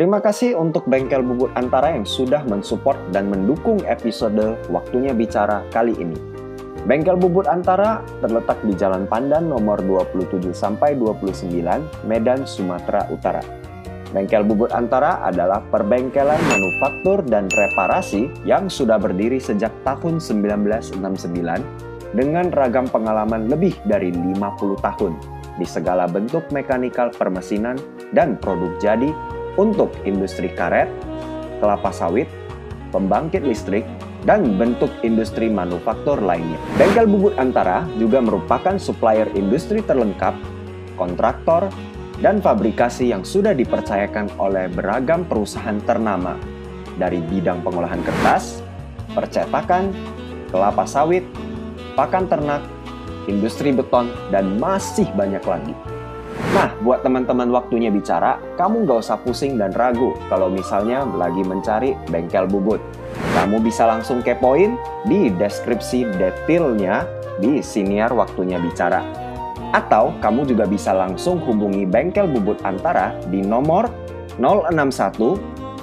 Terima kasih untuk Bengkel Bubut Antara yang sudah mensupport dan mendukung episode Waktunya Bicara kali ini. Bengkel Bubut Antara terletak di Jalan Pandan nomor 27-29, Medan, Sumatera Utara. Bengkel Bubut Antara adalah perbengkelan manufaktur dan reparasi yang sudah berdiri sejak tahun 1969 dengan ragam pengalaman lebih dari 50 tahun di segala bentuk mekanikal permesinan dan produk jadi untuk industri karet, kelapa sawit, pembangkit listrik, dan bentuk industri manufaktur lainnya. Bengkel Bubut Antara juga merupakan supplier industri terlengkap, kontraktor, dan fabrikasi yang sudah dipercayakan oleh beragam perusahaan ternama dari bidang pengolahan kertas, percetakan, kelapa sawit, pakan ternak, industri beton, dan masih banyak lagi. Nah, buat teman-teman Waktunya Bicara, kamu nggak usah pusing dan ragu kalau misalnya lagi mencari bengkel bubut. Kamu bisa langsung kepoin di deskripsi detailnya di Siniar Waktunya Bicara. Atau kamu juga bisa langsung hubungi Bengkel Bubut Antara di nomor 061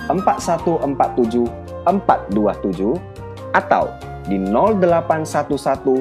4147 427 atau di 0811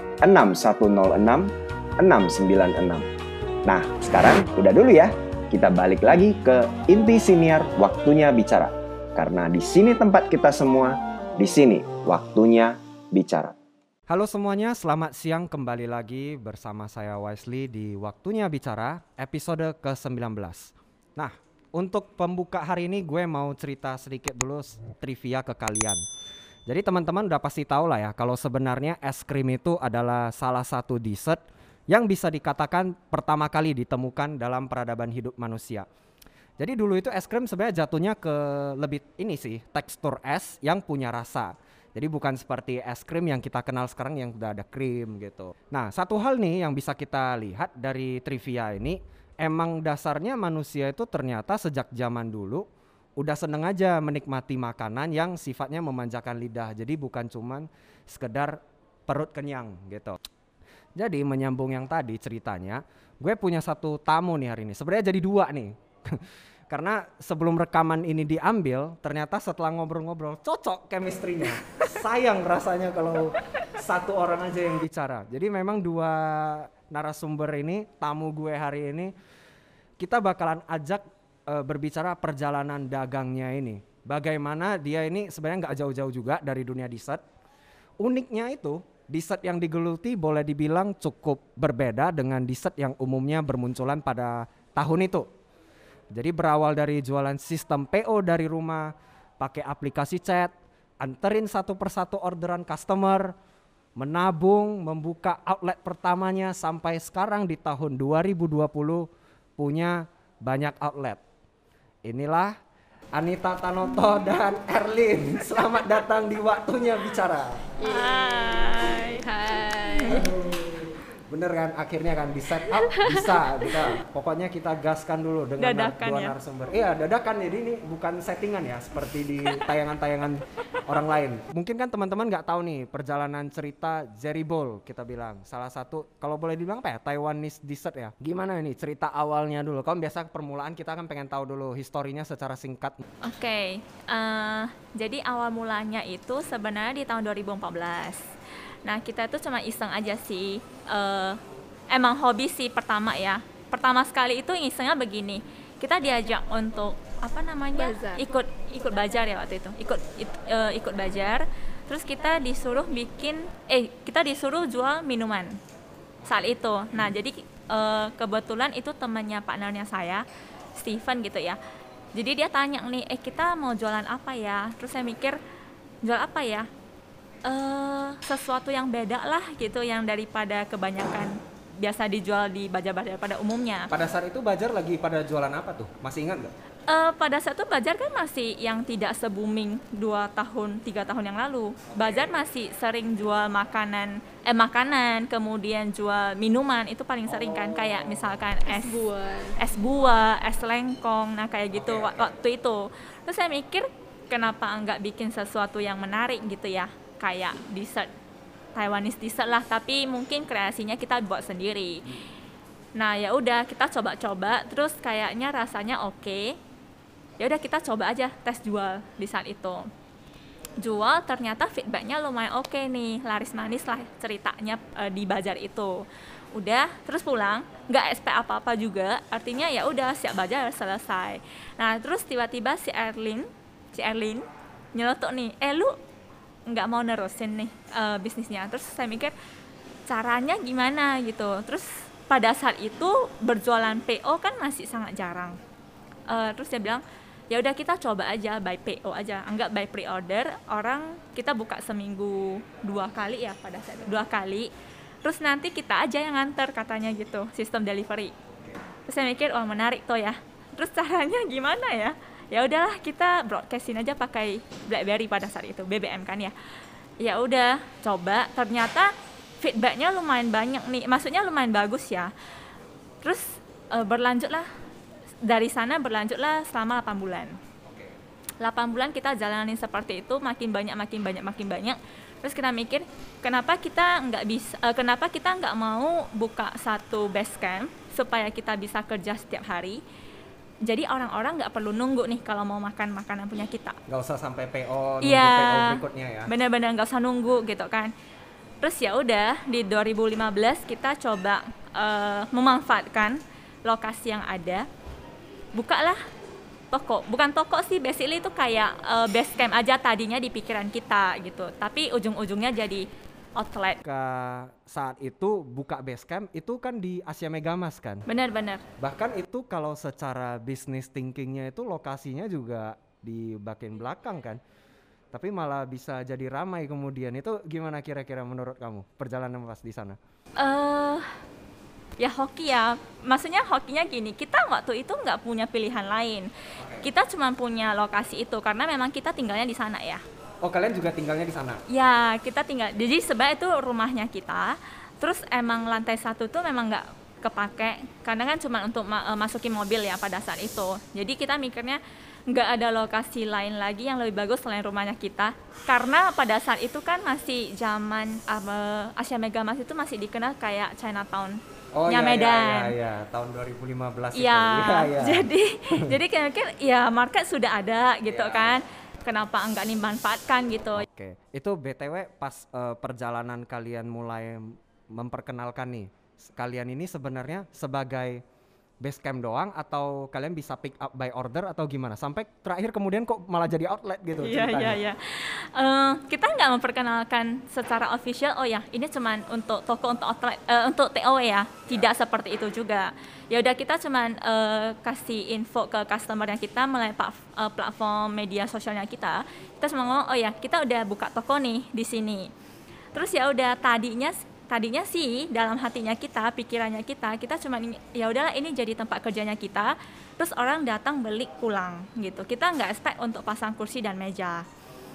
6106 696. Nah, sekarang udah dulu ya. Kita balik lagi ke inti Siniar Waktunya Bicara. Karena di sini tempat kita semua, di sini waktunya bicara. Halo semuanya, selamat siang, kembali lagi bersama saya Wisely di Waktunya Bicara episode ke-19. Nah, untuk pembuka hari ini gue mau cerita sedikit dulu trivia ke kalian. Jadi teman-teman udah pasti tahu lah ya kalau sebenarnya es krim itu adalah salah satu dessert yang bisa dikatakan pertama kali ditemukan dalam peradaban hidup manusia. Jadi dulu itu es krim sebenarnya jatuhnya ke lebih ini sih, tekstur es yang punya rasa. Jadi bukan seperti es krim yang kita kenal sekarang yang udah ada krim gitu. Nah, satu hal nih yang bisa kita lihat dari trivia ini, emang dasarnya manusia itu ternyata sejak zaman dulu udah seneng aja menikmati makanan yang sifatnya memanjakan lidah. Jadi bukan cuman sekedar perut kenyang gitu. Jadi menyambung yang tadi ceritanya, gue punya satu tamu nih hari ini. Sebenarnya jadi dua nih. Karena sebelum rekaman ini diambil, ternyata setelah ngobrol-ngobrol cocok chemistry-nya. Sayang rasanya kalau satu orang aja yang bicara. Jadi memang dua narasumber ini, tamu gue hari ini, kita bakalan ajak berbicara perjalanan dagangnya ini. Bagaimana dia ini sebenarnya nggak jauh-jauh juga dari dunia dessert. Uniknya itu, dessert yang digeluti boleh dibilang cukup berbeda dengan dessert yang umumnya bermunculan pada tahun itu. Jadi berawal dari jualan sistem PO dari rumah, pakai aplikasi chat, anterin satu persatu orderan customer, menabung, membuka outlet pertamanya sampai sekarang di tahun 2020 punya banyak outlet. Inilah Anita Tanoto dan Erlin. Selamat datang di Waktunya Bicara. Hai. Bener kan, akhirnya kan di set up bisa. Pokoknya kita gaskan dulu dengan Dadakan dua ya? narasumber. Iya, dadakan, jadi ini bukan settingan ya seperti di tayangan-tayangan orang lain. Mungkin kan teman-teman nggak tahu nih perjalanan cerita Jerry Bowl kita bilang. Salah satu kalau boleh dibilang apa ya, Taiwanese dessert ya. Gimana nih cerita awalnya dulu? Kalau biasa permulaan kita kan pengen tahu dulu historinya secara singkat. Oke, jadi awal mulanya itu sebenarnya di tahun 2014. Nah, kita tuh cuma iseng aja sih. Emang hobi sih pertama ya. Pertama sekali itu isengnya begini. Kita diajak untuk Bazar. ikut bazar ya waktu itu. Ikut bazar. Terus kita disuruh jual minuman saat itu. Nah, jadi kebetulan itu temannya partnernya saya, Steven gitu ya. Jadi dia tanya nih, kita mau jualan apa ya? Terus saya mikir, jual apa ya? Sesuatu yang beda lah gitu, yang daripada kebanyakan biasa dijual di bazar-bazar pada umumnya. Pada saat itu Bajar lagi pada jualan apa tuh? Masih ingat nggak? Pada saat itu bazar kan masih yang tidak se-booming 2 tahun, 3 tahun yang lalu. Bazar masih sering jual makanan, kemudian jual minuman, itu paling sering kan, kayak misalkan es buah, es lengkong, nah kayak gitu. Waktu itu. Terus saya mikir, kenapa enggak bikin sesuatu yang menarik gitu ya, kayak dessert, Taiwanese dessert lah, tapi mungkin kreasinya kita buat sendiri. Nah ya udah, kita coba-coba, terus kayaknya rasanya oke. Ya udah kita coba aja tes jual di saat itu. Jual, ternyata feedbacknya lumayan oke nih, laris manis lah ceritanya di bazar itu. Udah terus pulang, nggak expect apa-apa juga, artinya ya udah siap bazar selesai. Nah terus tiba-tiba si Erlin nyeletuk nih, lu nggak mau nerusin nih bisnisnya. Terus saya mikir caranya gimana gitu. Terus pada saat itu berjualan PO kan masih sangat jarang. Terus dia bilang, ya udah kita coba aja by PO aja, anggap by pre-order. Orang kita buka seminggu 2 kali ya pada saat itu, 2 kali. Terus nanti kita aja yang nganter katanya gitu, sistem delivery. Terus saya mikir, wah menarik tuh ya. Terus caranya gimana ya? Ya udahlah kita broadcastin aja pakai BlackBerry pada saat itu, BBM kan ya. Ya udah coba, ternyata feedbacknya lumayan banyak nih, maksudnya lumayan bagus ya. Terus dari sana berlanjutlah selama 8 bulan. 8 bulan kita jalanin seperti itu, makin banyak. Terus kita mikir, kenapa kita nggak mau buka satu base camp supaya kita bisa kerja setiap hari. Jadi orang-orang nggak perlu nunggu nih kalau mau makan makanan punya kita. Nggak usah sampai PO, nunggu PO berikutnya ya. Benar-benar nggak usah nunggu gitu kan. Terus ya udah di 2015 kita coba memanfaatkan lokasi yang ada. Bukalah toko, bukan toko sih, basically itu kayak base camp aja tadinya di pikiran kita gitu, tapi ujung-ujungnya jadi outlet. Saat itu buka base camp itu kan di Asia Megamas kan? Benar-benar. Bahkan itu kalau secara business thinkingnya itu lokasinya juga di bagian belakang kan? Tapi malah bisa jadi ramai kemudian. Itu gimana kira-kira menurut kamu perjalanan pas di sana? Ya hoki ya, maksudnya hokinya gini, kita waktu itu nggak punya pilihan lain. Kita cuma punya lokasi itu karena memang kita tinggalnya di sana ya. Oh kalian juga tinggalnya di sana? Ya kita tinggal, jadi sebenarnya itu rumahnya kita. Terus emang lantai 1 tuh memang nggak kepake, karena kan cuma untuk masukin mobil ya pada saat itu. Jadi kita mikirnya nggak ada lokasi lain lagi yang lebih bagus selain rumahnya kita. Karena pada saat itu kan masih zaman Asia Megamas itu masih dikenal kayak Chinatown. Oh iya, Medan. Iya, tahun 2015 ya, itu. Jadi kayak ya market sudah ada gitu kan. Kenapa enggak dimanfaatkan gitu. Oke. Itu BTW pas perjalanan kalian mulai memperkenalkan nih. Kalian ini sebenarnya sebagai base camp doang atau kalian bisa pick up by order atau gimana? Sampai terakhir kemudian kok malah jadi outlet gitu ceritanya. Iya. Kita nggak memperkenalkan secara official, oh ya ini cuman untuk toko, untuk outlet, untuk TO ya. Tidak seperti itu juga. Ya udah kita cuman kasih info ke customer yang kita melalui platform media sosialnya kita. Kita cuma ngomong, oh ya kita udah buka toko nih di sini. Terus ya udah tadinya sih dalam hatinya kita, pikirannya kita cuma ya udahlah ini jadi tempat kerjanya kita, terus orang datang beli pulang gitu. Kita nggak expect untuk pasang kursi dan meja.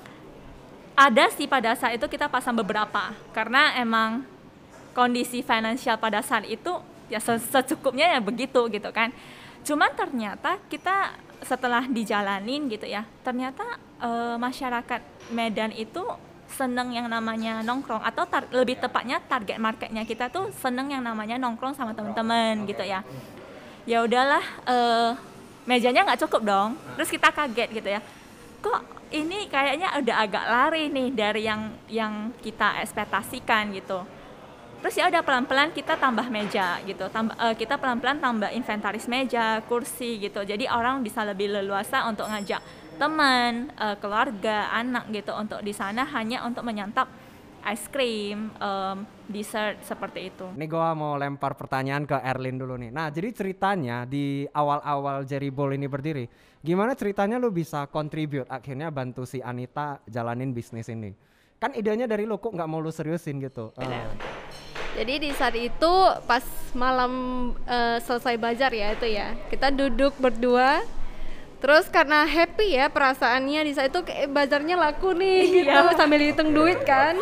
Ada sih pada saat itu kita pasang beberapa, karena emang kondisi finansial pada saat itu ya secukupnya ya begitu gitu kan. Cuman ternyata kita setelah dijalanin gitu ya, ternyata masyarakat Medan itu seneng yang namanya nongkrong, atau lebih tepatnya target marketnya kita tuh seneng yang namanya nongkrong sama teman-teman gitu ya. Ya udahlah, mejanya nggak cukup dong. Terus kita kaget gitu ya, kok ini kayaknya udah agak lari nih dari yang kita ekspektasikan gitu. Terus ya udah pelan-pelan kita tambah meja gitu, kita pelan-pelan tambah inventaris meja, kursi gitu. Jadi orang bisa lebih leluasa untuk ngajak teman, keluarga, anak gitu untuk di sana hanya untuk menyantap es krim, dessert seperti itu. Ini gua mau lempar pertanyaan ke Erlin dulu nih. Nah, jadi ceritanya di awal-awal Jerry Bowl ini berdiri, gimana ceritanya lu bisa contribute akhirnya bantu si Anita jalanin bisnis ini? Kan idenya dari lu, kok nggak mau lu seriusin gitu? Jadi di saat itu pas malam selesai bazar ya itu ya, kita duduk berdua. Terus karena happy ya perasaannya di saat itu kayak bazarnya laku nih gitu, sambil hitung duit kan.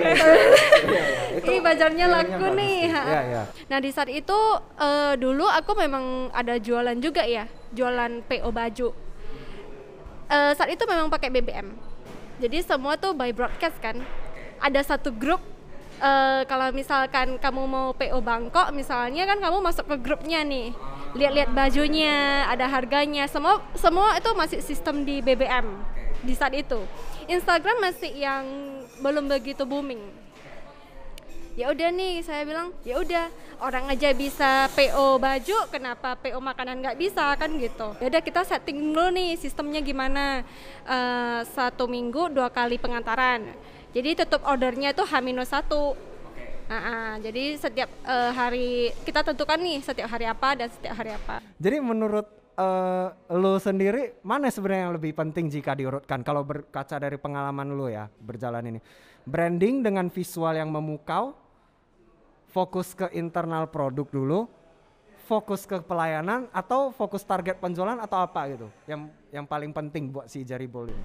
Bazarnya laku nih. Nah di saat itu dulu aku memang ada jualan juga ya, jualan PO baju. Saat itu memang pakai BBM. Jadi semua tuh by broadcast kan. Ada satu grup, kalau misalkan kamu mau PO Bangkok misalnya kan, kamu masuk ke grupnya nih. lihat-lihat bajunya, ada harganya, semua itu masih sistem di BBM di saat itu. Instagram masih yang belum begitu booming. Ya udah nih, saya bilang ya udah, orang aja bisa PO baju, kenapa PO makanan nggak bisa kan gitu. Ya udah, kita setting dulu nih sistemnya gimana. 1 minggu 2 kali pengantaran. Jadi tutup ordernya itu H-1. Jadi setiap hari kita tentukan nih setiap hari apa dan setiap hari apa. Jadi menurut lo sendiri mana sebenarnya yang lebih penting jika diurutkan kalau berkaca dari pengalaman lo ya berjalan ini? Branding dengan visual yang memukau, fokus ke internal produk dulu, fokus ke pelayanan, atau fokus target penjualan, atau apa gitu yang paling penting buat si Jaribol ini?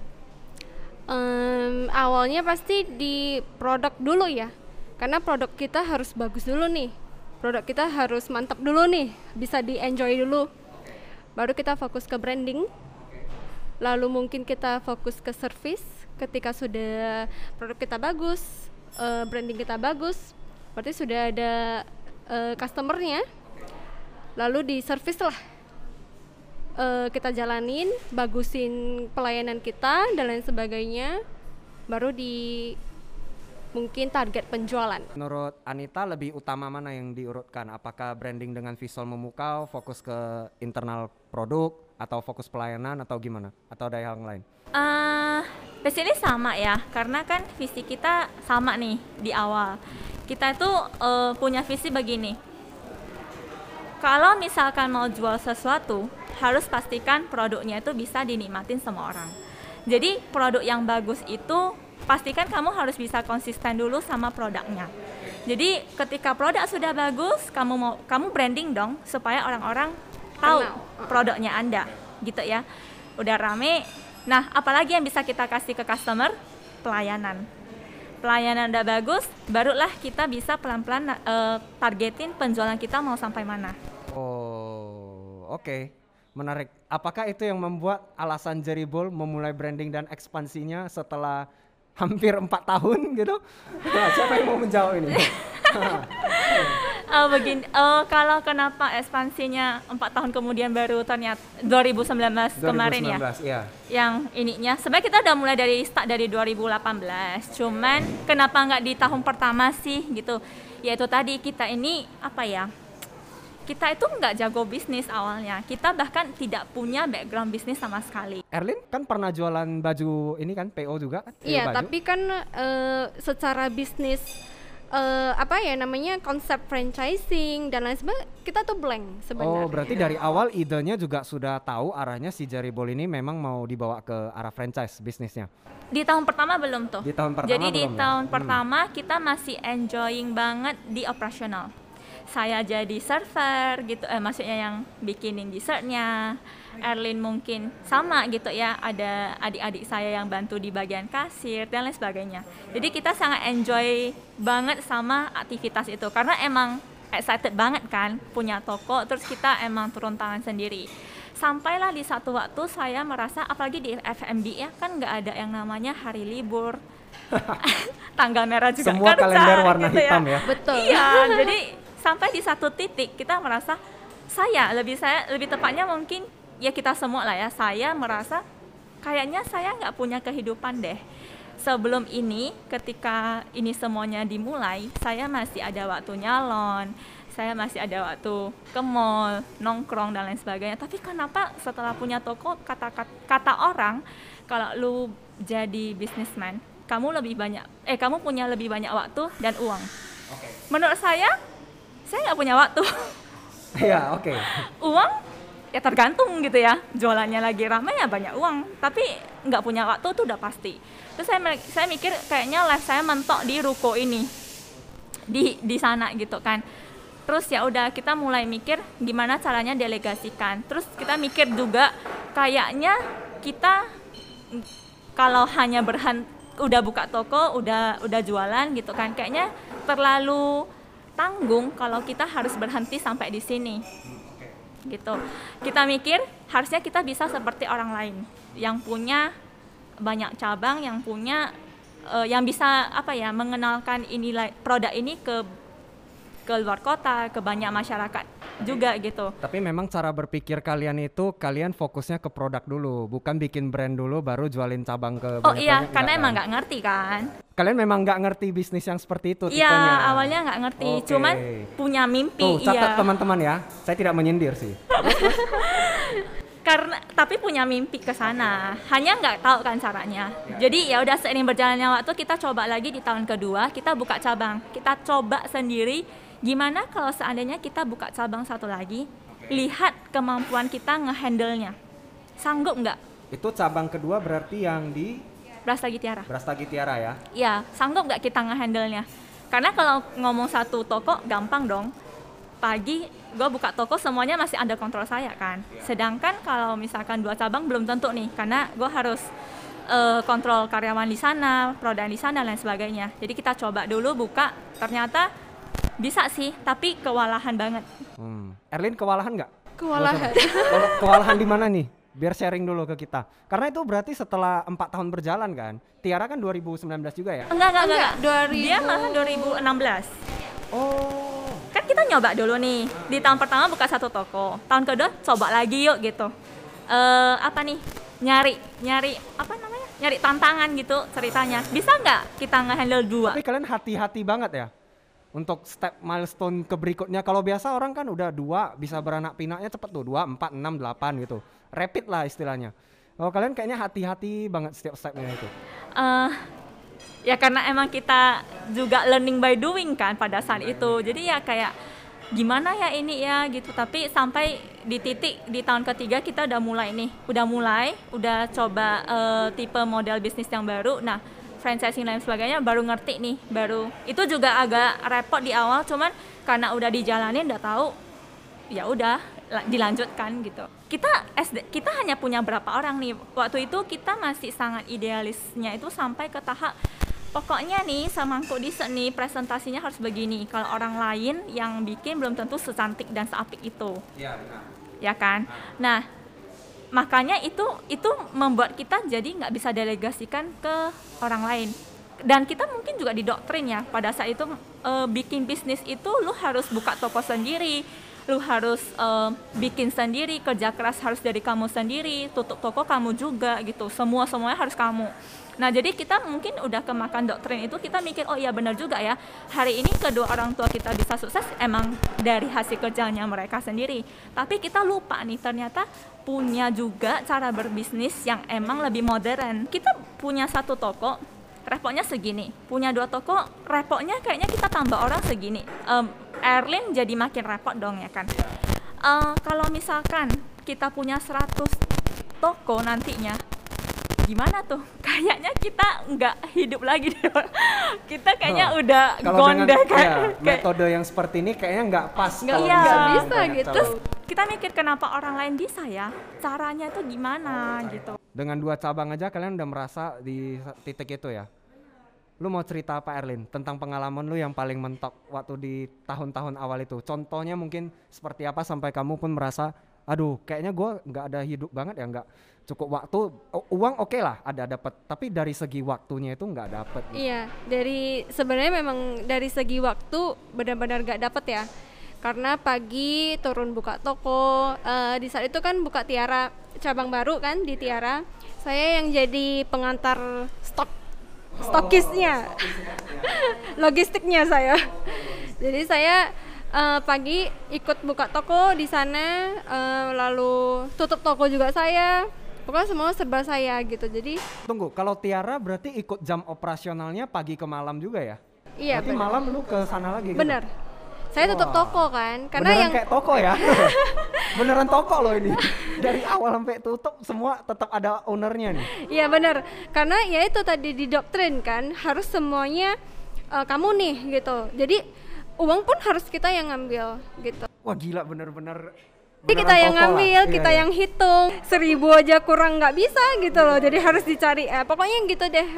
Awalnya pasti di produk dulu ya, karena produk kita harus bagus dulu nih, produk kita harus mantap dulu nih, bisa di enjoy dulu, baru kita fokus ke branding, lalu mungkin kita fokus ke service. Ketika sudah produk kita bagus, branding kita bagus, berarti sudah ada customernya, lalu di service lah, kita jalanin, bagusin pelayanan kita dan lain sebagainya, baru di mungkin target penjualan. Menurut Anita lebih utama mana yang diurutkan? Apakah branding dengan visual memukau, fokus ke internal produk, atau fokus pelayanan, atau gimana? Atau ada yang lain? Basically sama ya, karena kan visi kita sama nih di awal. Kita itu punya visi begini. Kalau misalkan mau jual sesuatu, harus pastikan produknya itu bisa dinikmatin sama orang. Jadi produk yang bagus itu pastikan kamu harus bisa konsisten dulu sama produknya. Jadi ketika produk sudah bagus, kamu branding dong supaya orang-orang tahu produknya Anda, gitu ya. Udah rame. Nah, apalagi yang bisa kita kasih ke customer? Pelayanan. Pelayanan udah bagus, barulah kita bisa pelan-pelan targetin penjualan kita mau sampai mana. Oh, oke. Menarik. Apakah itu yang membuat alasan Jaribol memulai branding dan ekspansinya setelah hampir 4 tahun gitu? Nah, siapa yang mau menjawab ini? Kalau kenapa ekspansinya 4 tahun kemudian baru ternyata 2019 kemarin ya? Iya. Yang ininya, sebenarnya kita udah mulai dari start dari 2018. Cuman kenapa nggak di tahun pertama sih gitu? Yaitu tadi kita ini apa ya? Kita itu nggak jago bisnis awalnya. Kita bahkan tidak punya background bisnis sama sekali. Erlin kan pernah jualan baju ini kan, PO juga kan? Iya, tapi kan secara bisnis konsep franchising dan lain sebagainya kita tuh blank sebenarnya. Oh, berarti dari awal idenya juga sudah tahu arahnya si Jaribol ini memang mau dibawa ke arah franchise bisnisnya. Di tahun pertama belum tuh. Di tahun pertama Jadi di belum, tahun pertama kita masih enjoying banget di operasional. Saya jadi server gitu, maksudnya yang bikinin dessertnya. Erlin mungkin sama gitu ya, ada adik-adik saya yang bantu di bagian kasir dan lain sebagainya. Jadi kita sangat enjoy banget sama aktivitas itu karena emang excited banget kan punya toko, terus kita emang turun tangan sendiri. Sampailah di satu waktu saya merasa, apalagi di F&B ya kan nggak ada yang namanya hari libur, tanggal merah juga semua kerja, kalender warna gitu hitam ya. Betul. Iya, jadi sampai di satu titik kita merasa lebih tepatnya mungkin ya kita semua lah ya, saya merasa kayaknya saya nggak punya kehidupan deh. Sebelum ini, ketika ini semuanya dimulai, saya masih ada waktu nyalon, saya masih ada waktu ke mall, nongkrong dan lain sebagainya. Tapi kenapa setelah punya toko, kata orang kalau lu jadi businessman, kamu punya lebih banyak waktu dan uang. Menurut saya nggak punya waktu. Iya, oke. Uang ya tergantung gitu ya, jualannya lagi ramai ya banyak uang, tapi nggak punya waktu tuh udah pasti. Terus saya mikir kayaknya life saya mentok di ruko ini, di sana gitu kan. Terus ya udah kita mulai mikir gimana caranya delegasikan. Terus kita mikir juga kayaknya kita kalau hanya udah buka toko, udah jualan gitu kan, kayaknya terlalu tanggung kalau kita harus berhenti sampai di sini. Gitu. Kita mikir harusnya kita bisa seperti orang lain yang punya banyak cabang, yang punya yang bisa mengenalkan produk ini ke luar kota, ke banyak masyarakat juga gitu. Tapi memang cara berpikir kalian itu kalian fokusnya ke produk dulu, bukan bikin brand dulu baru jualin cabang ke Oh iya, banyak-banyak, karena enggak emang kan? nggak ngerti kan. Kalian memang nggak ngerti bisnis yang seperti itu Iya, tipenya. awalnya nggak ngerti, Oke. cuman punya mimpi. Tuh, catat iya. teman-teman ya. Saya tidak menyindir sih. Karena tapi punya mimpi ke sana, hanya nggak tahu kan caranya. Jadi ya udah seiring berjalannya waktu kita coba lagi di tahun kedua, kita buka cabang, kita coba sendiri. Gimana kalau seandainya kita buka cabang satu lagi, lihat kemampuan kita ngehandle-nya, sanggup nggak? Itu cabang kedua berarti yang di Brastagi Tiara. Brastagi Tiara ya. Ya, sanggup nggak kita ngehandle-nya? Karena kalau ngomong satu toko gampang dong. Pagi gue buka toko semuanya masih under kontrol saya kan. Sedangkan kalau misalkan 2 cabang belum tentu nih, karena gue harus kontrol karyawan di sana, produk di sana dan sebagainya. Jadi kita coba dulu buka, ternyata bisa sih, tapi kewalahan banget. Erlin kewalahan nggak? Kewalahan. Kewalahan di mana nih? Biar sharing dulu ke kita. Karena itu berarti setelah 4 tahun berjalan kan. Tiara kan 2019 juga ya? Enggak. Enggak, 2000. Dia malah 2016. Oh. Kan kita nyoba dulu nih, di tahun pertama buka 1 toko, tahun kedua coba lagi yuk gitu. Apa nih, nyari apa namanya, nyari tantangan gitu ceritanya. Bisa nggak kita nge-handle 2? Tapi kalian hati-hati banget ya untuk step milestone ke berikutnya. Kalau biasa orang kan udah 2 bisa beranak pinaknya cepet tuh, 2, 4, 6, 8 gitu. Rapid lah istilahnya. Kalau kalian kayaknya hati-hati banget setiap stepnya itu. Ya karena emang kita juga learning by doing kan pada saat itu. Jadi ya kayak gimana ya ini ya gitu. Tapi sampai di titik di tahun ketiga kita udah udah coba tipe model bisnis yang baru. Nah, franchising dan sebagainya baru ngerti nih, itu juga agak repot di awal, cuman karena udah dijalanin udah tahu, ya udah dilanjutkan gitu. Kita hanya punya berapa orang nih waktu itu, kita masih sangat idealisnya itu sampai ke tahap pokoknya nih semangkuk dessert nih presentasinya harus begini, kalau orang lain yang bikin belum tentu secantik dan seapik itu. Iya benar. Ya kan. Nah, makanya itu membuat kita jadi nggak bisa delegasikan ke orang lain. Dan kita mungkin juga didoktrin ya pada saat itu, bikin bisnis itu lu harus buka toko sendiri, lu harus bikin sendiri, kerja keras harus dari kamu sendiri, tutup toko kamu juga gitu, semuanya harus kamu. Nah, jadi kita mungkin udah kemakan doktrin itu, kita mikir oh iya benar juga ya, hari ini kedua orang tua kita bisa sukses emang dari hasil kerjanya mereka sendiri. Tapi kita lupa nih ternyata punya juga cara berbisnis yang emang lebih modern. Kita punya 1 toko, repotnya segini, punya 2 toko, repotnya kayaknya kita tambah orang segini. Erlin jadi makin repot dong ya kan. Kalau misalkan kita punya 100 toko nantinya, gimana tuh? Kayaknya kita nggak hidup lagi deh. Kita kayaknya udah gone deh kayak metode yang seperti ini kayaknya nggak pas. Nggak bisa gitu. Terus kita mikir kenapa orang lain bisa ya? Caranya itu gimana gitu. Dengan 2 cabang aja kalian udah merasa di titik itu ya. Lu mau cerita apa Erlin tentang pengalaman lu yang paling mentok waktu di tahun-tahun awal itu? Contohnya mungkin seperti apa sampai kamu pun merasa, aduh kayaknya gue nggak ada hidup banget ya, nggak cukup waktu, uang oke lah ada dapat, tapi dari segi waktunya itu nggak dapet. Iya, sebenarnya memang dari segi waktu benar-benar nggak dapet ya. Karena pagi turun buka toko, di saat itu kan buka Tiara cabang baru kan di Tiara. Saya yang jadi pengantar stokisnya, logistiknya saya. Jadi saya pagi ikut buka toko di sana, lalu tutup toko juga saya. Pokoknya semua serba saya gitu. Jadi tunggu, kalau Tiara berarti ikut jam operasionalnya pagi ke malam juga ya? Iya. Berarti malam lu ke sana lagi? Bener. Gitu? Saya tutup toko kan, karena beneran yang kayak toko ya. Beneran toko loh ini. Dari awal sampai tutup semua tetap ada ownernya nih. Iya bener, karena ya itu tadi didoktrin kan, harus semuanya kamu nih gitu. Jadi uang pun harus kita yang ngambil gitu. Wah gila, bener-bener. Jadi kita yang ngambil, kita yang hitung. 1000 aja kurang nggak bisa gitu loh. Jadi harus dicari. Pokoknya gitu deh.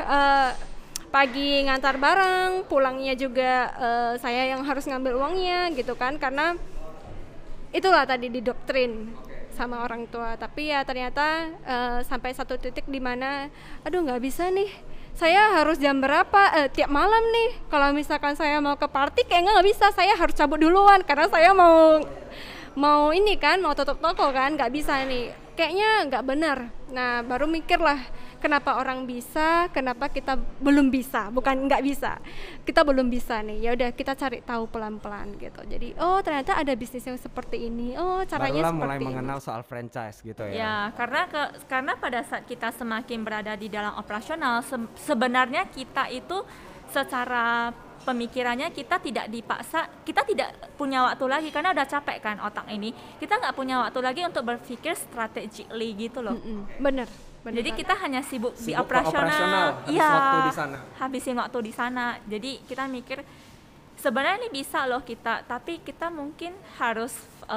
Pagi ngantar barang, pulangnya juga saya yang harus ngambil uangnya gitu kan. Karena itulah tadi didoktrin sama orang tua. Tapi ya ternyata sampai satu titik di mana, aduh nggak bisa nih. Saya harus jam berapa? Tiap malam nih. Kalau misalkan saya mau ke party kayaknya nggak bisa. Saya harus cabut duluan karena saya mau mau ini kan, mau tutup toko kan, nggak bisa nih, kayaknya nggak benar. Nah baru mikirlah kenapa orang bisa, kenapa kita belum bisa, bukan nggak bisa, kita belum bisa nih. Ya udah kita cari tahu pelan-pelan gitu. Jadi oh ternyata ada bisnis yang seperti ini, oh caranya barulah seperti mulai ini. mengenal soal franchise gitu ya. Ya, karena pada saat kita semakin berada di dalam operasional, sebenarnya kita itu secara pemikirannya kita tidak dipaksa, kita tidak punya waktu lagi karena udah capek kan otak ini. Kita nggak punya waktu lagi untuk berpikir strategically gitu loh. Bener. Jadi kita hanya sibuk di Sibuk ke operasional, habis waktu di sana. habisin waktu di sana. Jadi kita mikir sebenarnya ini bisa loh kita, tapi kita mungkin harus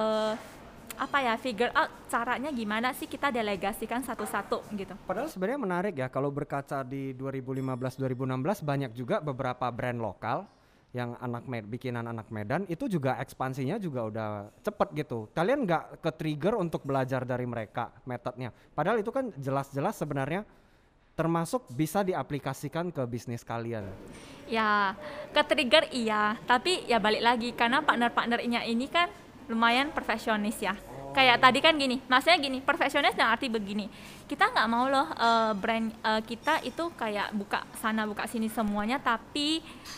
figure out caranya gimana sih kita delegasikan satu-satu gitu. Padahal sebenarnya menarik ya kalau berkaca di 2015-2016 banyak juga beberapa brand lokal yang bikinan anak Medan itu juga ekspansinya juga udah cepet gitu. Kalian nggak ke trigger untuk belajar dari mereka metodenya. Padahal itu kan jelas-jelas sebenarnya termasuk bisa diaplikasikan ke bisnis kalian. Ya, ke trigger iya, tapi ya balik lagi karena partner-partnernya ini kan lumayan perfeksionis ya. Kayak tadi kan gini, maksudnya gini, perfeksionis dan arti begini. Kita nggak mau loh brand kita itu kayak buka sana buka sini semuanya, tapi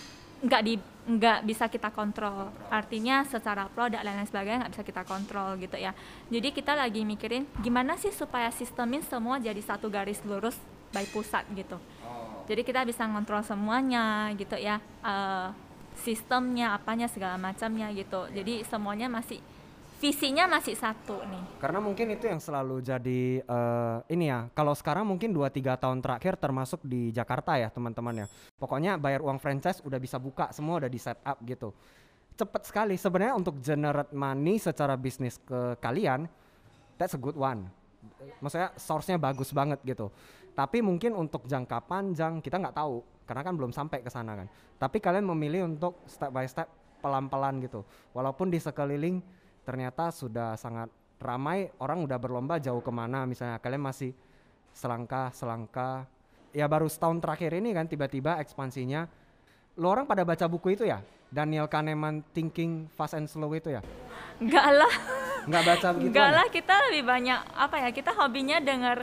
nggak bisa kita kontrol. Artinya secara produk dan lain sebagainya nggak bisa kita kontrol gitu ya. Jadi kita lagi mikirin gimana sih supaya sistemin semua jadi satu garis lurus by pusat gitu. Jadi kita bisa ngontrol semuanya gitu ya, sistemnya apanya segala macamnya gitu. Jadi semuanya visinya masih satu nih. Karena mungkin itu yang selalu jadi ini ya. Kalau sekarang mungkin 2-3 tahun terakhir termasuk di Jakarta ya teman-teman ya. Pokoknya bayar uang franchise udah bisa buka, semua udah di set up gitu. Cepet sekali sebenarnya untuk generate money secara bisnis ke kalian. That's a good one. Maksudnya source-nya bagus banget gitu. Tapi mungkin untuk jangka panjang kita nggak tahu karena kan belum sampai ke sana kan. Tapi kalian memilih untuk step by step pelan-pelan gitu. Walaupun di sekeliling ternyata sudah sangat ramai, orang udah berlomba jauh kemana, misalnya kalian masih selangkah. Ya baru setahun terakhir ini kan tiba-tiba ekspansinya. Lo orang pada baca buku itu ya? Daniel Kahneman Thinking Fast and Slow itu ya? Enggak lah. Nggak baca begitu? Enggak lah, kita lebih banyak kita hobinya dengar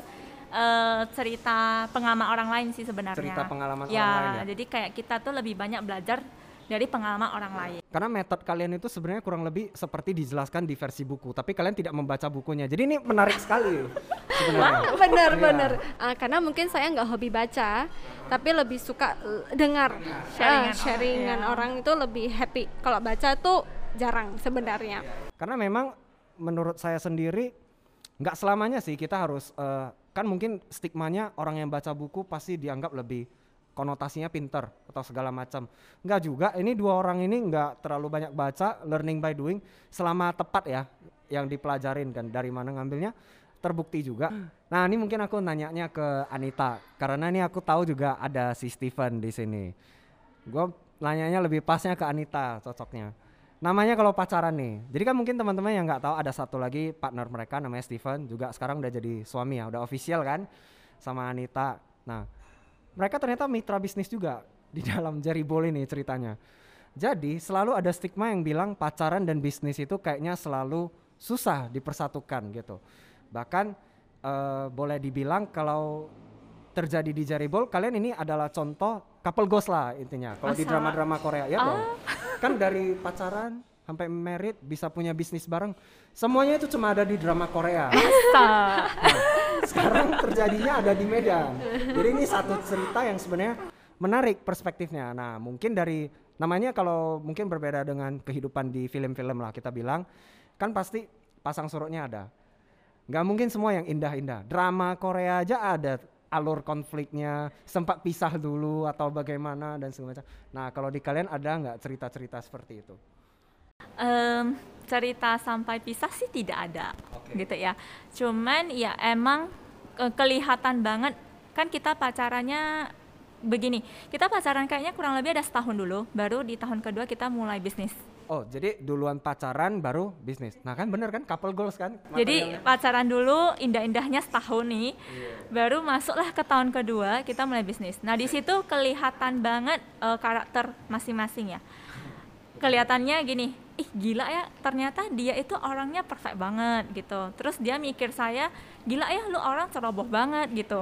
cerita pengalaman orang lain sih sebenarnya. Cerita pengalaman ya, orang lain ya? Jadi kayak kita tuh lebih banyak belajar dari pengalaman orang lain. Karena metode kalian itu sebenarnya kurang lebih seperti dijelaskan di versi buku, tapi kalian tidak membaca bukunya. Jadi ini menarik sekali sebenarnya. Bener. Karena mungkin saya nggak hobi baca, tapi lebih suka dengar sharingan orang itu lebih happy. Kalau baca tuh jarang sebenarnya. Karena memang menurut saya sendiri nggak selamanya sih kita harus kan mungkin stigmanya orang yang baca buku pasti dianggap lebih konotasinya pinter atau segala macam. Enggak juga, ini dua orang ini enggak terlalu banyak baca, learning by doing selama tepat ya yang dipelajarin kan, dari mana ngambilnya terbukti juga. Nah ini mungkin aku nanyanya ke Anita karena ini aku tahu juga ada si Steven di sini. Gue nanyanya lebih pasnya ke Anita cocoknya. Namanya kalau pacaran nih, jadi kan mungkin teman-teman yang nggak tahu ada satu lagi partner mereka namanya Steven, juga sekarang udah jadi suami ya, udah official kan sama Anita. Nah mereka ternyata mitra bisnis juga di dalam Jerrybowl ini ceritanya. Jadi selalu ada stigma yang bilang pacaran dan bisnis itu kayaknya selalu susah dipersatukan gitu. Bahkan boleh dibilang kalau terjadi di Jerrybowl, kalian ini adalah contoh couple goals lah intinya. Kalau di drama-drama Korea ya dong. Kan dari pacaran sampai married bisa punya bisnis bareng, semuanya itu cuma ada di drama Korea. Nah, sekarang terjadinya ada di Medan. Jadi ini satu cerita yang sebenarnya menarik perspektifnya. Nah mungkin dari namanya kalau mungkin berbeda dengan kehidupan di film-film lah kita bilang, kan pasti pasang surutnya ada. Nggak mungkin semua yang indah-indah. Drama Korea aja ada alur konfliknya, sempat pisah dulu atau bagaimana dan segala macam. Nah kalau di kalian ada nggak cerita-cerita seperti itu? Cerita sampai pisah sih tidak ada, gitu ya. Cuman ya emang kelihatan banget kan kita pacarannya begini. Kita pacaran kayaknya kurang lebih ada setahun dulu, baru di tahun kedua kita mulai bisnis. Oh jadi duluan pacaran baru bisnis. Nah kan bener kan couple goals kan? Jadi pacaran dulu indah-indahnya setahun nih, baru masuklah ke tahun kedua kita mulai bisnis. Nah di situ kelihatan banget karakter masing-masing ya. kelihatannya gini, ih gila ya, ternyata dia itu orangnya perfect banget gitu. Terus dia mikir saya, gila ya lu orang ceroboh banget gitu.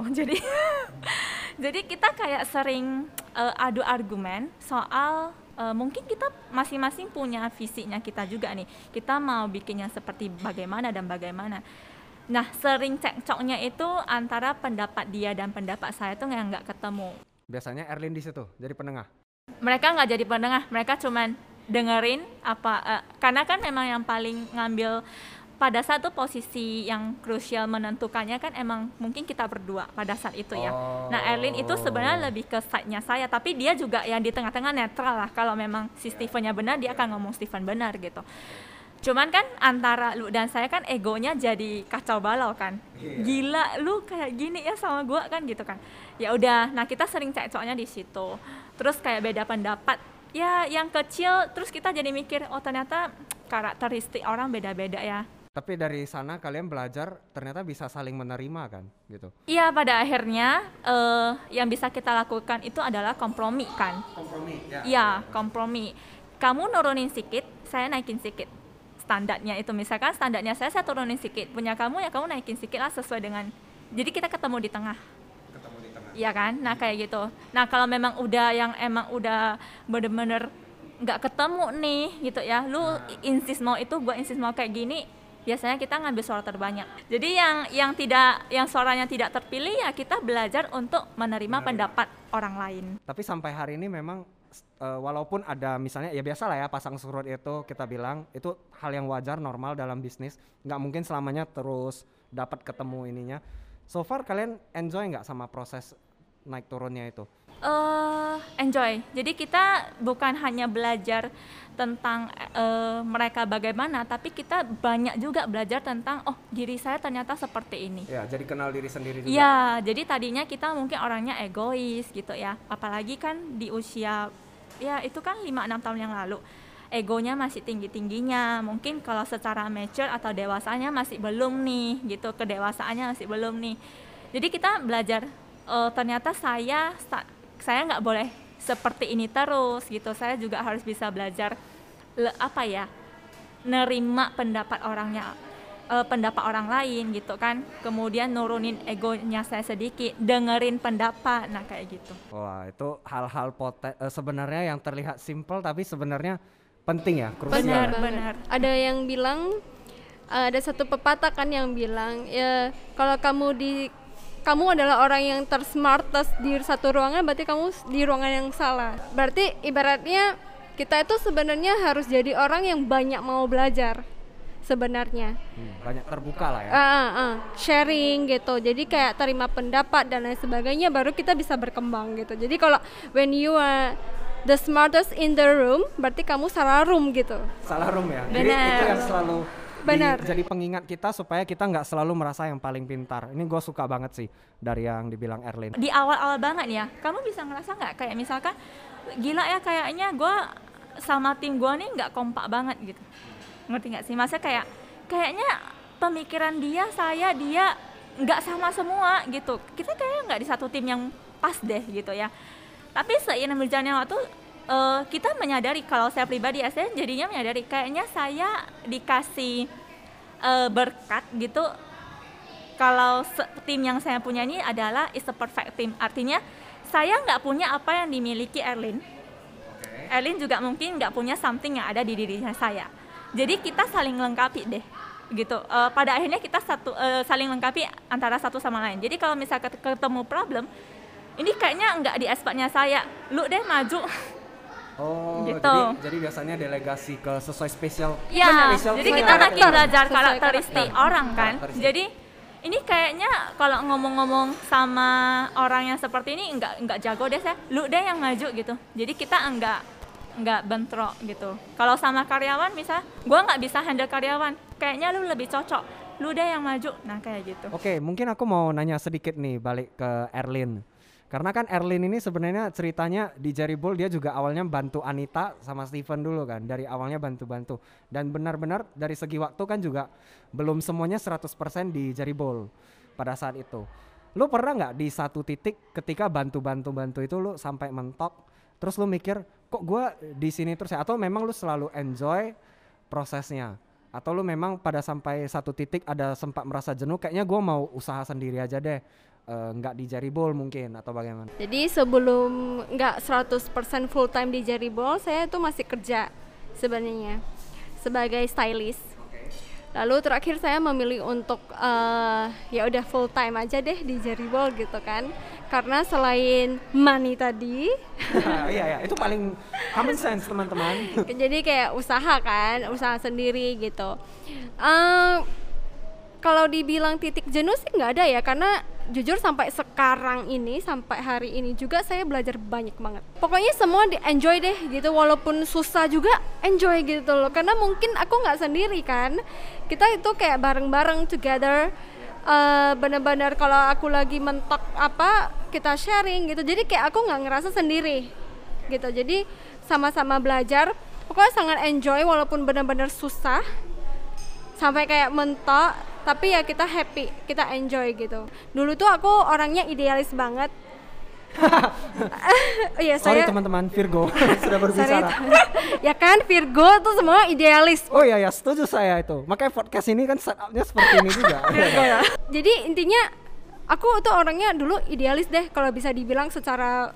Jadi kita kayak sering adu argumen soal mungkin kita masing-masing punya visinya kita juga nih. Kita mau bikinnya seperti bagaimana dan bagaimana. Nah, sering cekcoknya itu antara pendapat dia dan pendapat saya tuh yang nggak ketemu. Biasanya Erlin di situ jadi penengah. Mereka nggak jadi penengah, mereka cuman dengerin apa karena kan memang yang paling ngambil pada saat itu posisi yang krusial menentukannya kan emang mungkin kita berdua pada saat itu ya. Nah, Erlin itu sebenarnya lebih ke side-nya saya, tapi dia juga yang di tengah-tengah netral lah. Kalau memang si Steven-nya benar, dia akan ngomong Steven benar gitu. Cuman kan antara lu dan saya kan egonya jadi kacau balau kan. Gila lu kayak gini ya sama gua kan gitu kan. Ya udah, nah kita sering cekcoknya di situ. Terus kayak beda pendapat. Ya yang kecil terus kita jadi mikir oh ternyata karakteristik orang beda-beda ya. Tapi dari sana kalian belajar ternyata bisa saling menerima kan gitu. Iya, pada akhirnya yang bisa kita lakukan itu adalah kompromi kan. Kompromi ya. Iya, kompromi. Kamu nurunin sedikit, saya naikin sedikit. Standarnya itu misalkan standarnya saya turunin sedikit. Punya kamu ya kamu naikin sedikit lah sesuai dengan. Jadi kita ketemu di tengah. Iya kan? Nah kayak gitu. Nah kalau memang udah yang emang udah bener-bener nggak ketemu nih gitu ya, lu insist mau itu, gua insist mau kayak gini, biasanya kita ngambil suara terbanyak. Jadi yang suaranya tidak terpilih ya kita belajar untuk menerima pendapat orang lain. Tapi sampai hari ini memang walaupun ada misalnya ya biasa lah ya pasang surut itu kita bilang itu hal yang wajar normal dalam bisnis, nggak mungkin selamanya terus dapat ketemu ininya. So far kalian enjoy nggak sama proses naik turunnya itu? Enjoy. Jadi kita bukan hanya belajar tentang mereka bagaimana, tapi kita banyak juga belajar tentang oh diri saya ternyata seperti ini. Ya, jadi kenal diri sendiri juga. Ya, jadi tadinya kita mungkin orangnya egois gitu ya. Apalagi kan di usia ya itu kan 5-6 tahun yang lalu. Egonya masih tinggi-tingginya, mungkin kalau secara mature atau dewasanya masih belum nih gitu, kedewasaannya masih belum nih. Jadi kita belajar ternyata saya nggak boleh seperti ini terus gitu. Saya juga harus bisa belajar nerima pendapat pendapat orang lain gitu kan. Kemudian nurunin egonya saya sedikit, dengerin pendapat, nah kayak gitu. Wah, itu hal-hal sebenarnya yang terlihat simple tapi sebenarnya penting ya, krusial. Benar. Ada yang bilang, ada satu pepatah kan yang bilang, ya kalau kamu adalah orang yang tersmartest di satu ruangan, berarti kamu di ruangan yang salah. Berarti ibaratnya kita itu sebenarnya harus jadi orang yang banyak mau belajar sebenarnya. Banyak terbuka lah ya. Sharing gitu. Jadi kayak terima pendapat dan lain sebagainya, baru kita bisa berkembang gitu. Jadi kalau when you are the smartest in the room, berarti kamu salah room gitu. Salah room ya. Benar. Jadi itu yang selalu Benar. jadi pengingat kita supaya kita nggak selalu merasa yang paling pintar. Ini gue suka banget sih dari yang dibilang Erlin. Di awal-awal banget ya, kamu bisa ngerasa nggak kayak misalkan gila ya kayaknya gue sama tim gue nih nggak kompak banget gitu. Ngerti nggak sih? Maksudnya kayaknya pemikiran dia nggak sama semua gitu. Kita kayaknya nggak di satu tim yang pas deh gitu ya. Tapi seiring berjalannya waktu kita menyadari, kalau saya pribadi ya, saya jadinya menyadari kayaknya saya dikasih berkat gitu. Kalau tim yang saya punya ini adalah is a perfect team, artinya saya nggak punya apa yang dimiliki Erlin. Erlin juga mungkin nggak punya something yang ada di dirinya saya. Jadi kita saling melengkapi deh gitu. Pada akhirnya kita saling melengkapi antara satu sama lain. Jadi kalau misalnya ketemu problem, ini kayaknya nggak di aspeknya saya, lu deh maju. Oh, gitu. Jadi biasanya delegasi ke sesuai spesial. Ya, spesial jadi sesuai kita makin karakter. belajar Sesuai karakteristik karakter. orang kan. Karakteristik. Jadi ini kayaknya kalau ngomong-ngomong sama orang yang seperti ini nggak jago deh saya. Lu deh yang maju gitu. Jadi kita nggak bentrok gitu. Kalau sama karyawan misal, gua nggak bisa handle karyawan. Kayaknya lu lebih cocok. Lu deh yang maju. Nah kayak gitu. Oke, mungkin aku mau nanya sedikit nih balik ke Erlin. Karena kan Erlin ini sebenarnya ceritanya di Jerrybowl dia juga awalnya bantu Anita sama Steven dulu kan. Dari awalnya bantu-bantu. Dan benar-benar dari segi waktu kan juga belum semuanya 100% di Jerrybowl pada saat itu. Lu pernah nggak di satu titik ketika bantu itu lu sampai mentok, terus lu mikir kok gue di sini terus ya, atau memang lu selalu enjoy prosesnya, atau lu memang pada sampai satu titik ada sempat merasa jenuh, kayaknya gue mau usaha sendiri aja deh, nggak di Jaribol mungkin, atau bagaimana? Jadi sebelum nggak 100% full time di Jaribol, saya tuh masih kerja sebenarnya sebagai stylist. Lalu terakhir saya memilih untuk ya udah full time aja deh di Jaribol gitu kan, karena selain money tadi iya itu paling common sense teman-teman. jadi kayak usaha kan, usaha sendiri gitu. Kalau dibilang titik jenuh sih nggak ada ya, karena jujur sampai sekarang ini, sampai hari ini juga saya belajar banyak banget. Pokoknya semua di enjoy deh gitu, walaupun susah juga enjoy gitu loh, karena mungkin aku nggak sendiri kan, kita itu kayak bareng-bareng together. Benar-benar kalau aku lagi mentok apa, kita sharing gitu, jadi kayak aku nggak ngerasa sendiri gitu, jadi sama-sama belajar. Pokoknya sangat enjoy walaupun benar-benar susah sampai kayak mentok, tapi ya kita happy, kita enjoy gitu. Dulu tuh aku orangnya idealis banget. Iya, sorry teman-teman, Virgo sudah berbicara. Ya kan, Virgo tuh semua idealis. Oh iya ya, setuju saya itu. Makanya podcast ini kan setupnya seperti ini juga. Virgo ya. Jadi intinya aku tuh orangnya dulu idealis deh, kalau bisa dibilang secara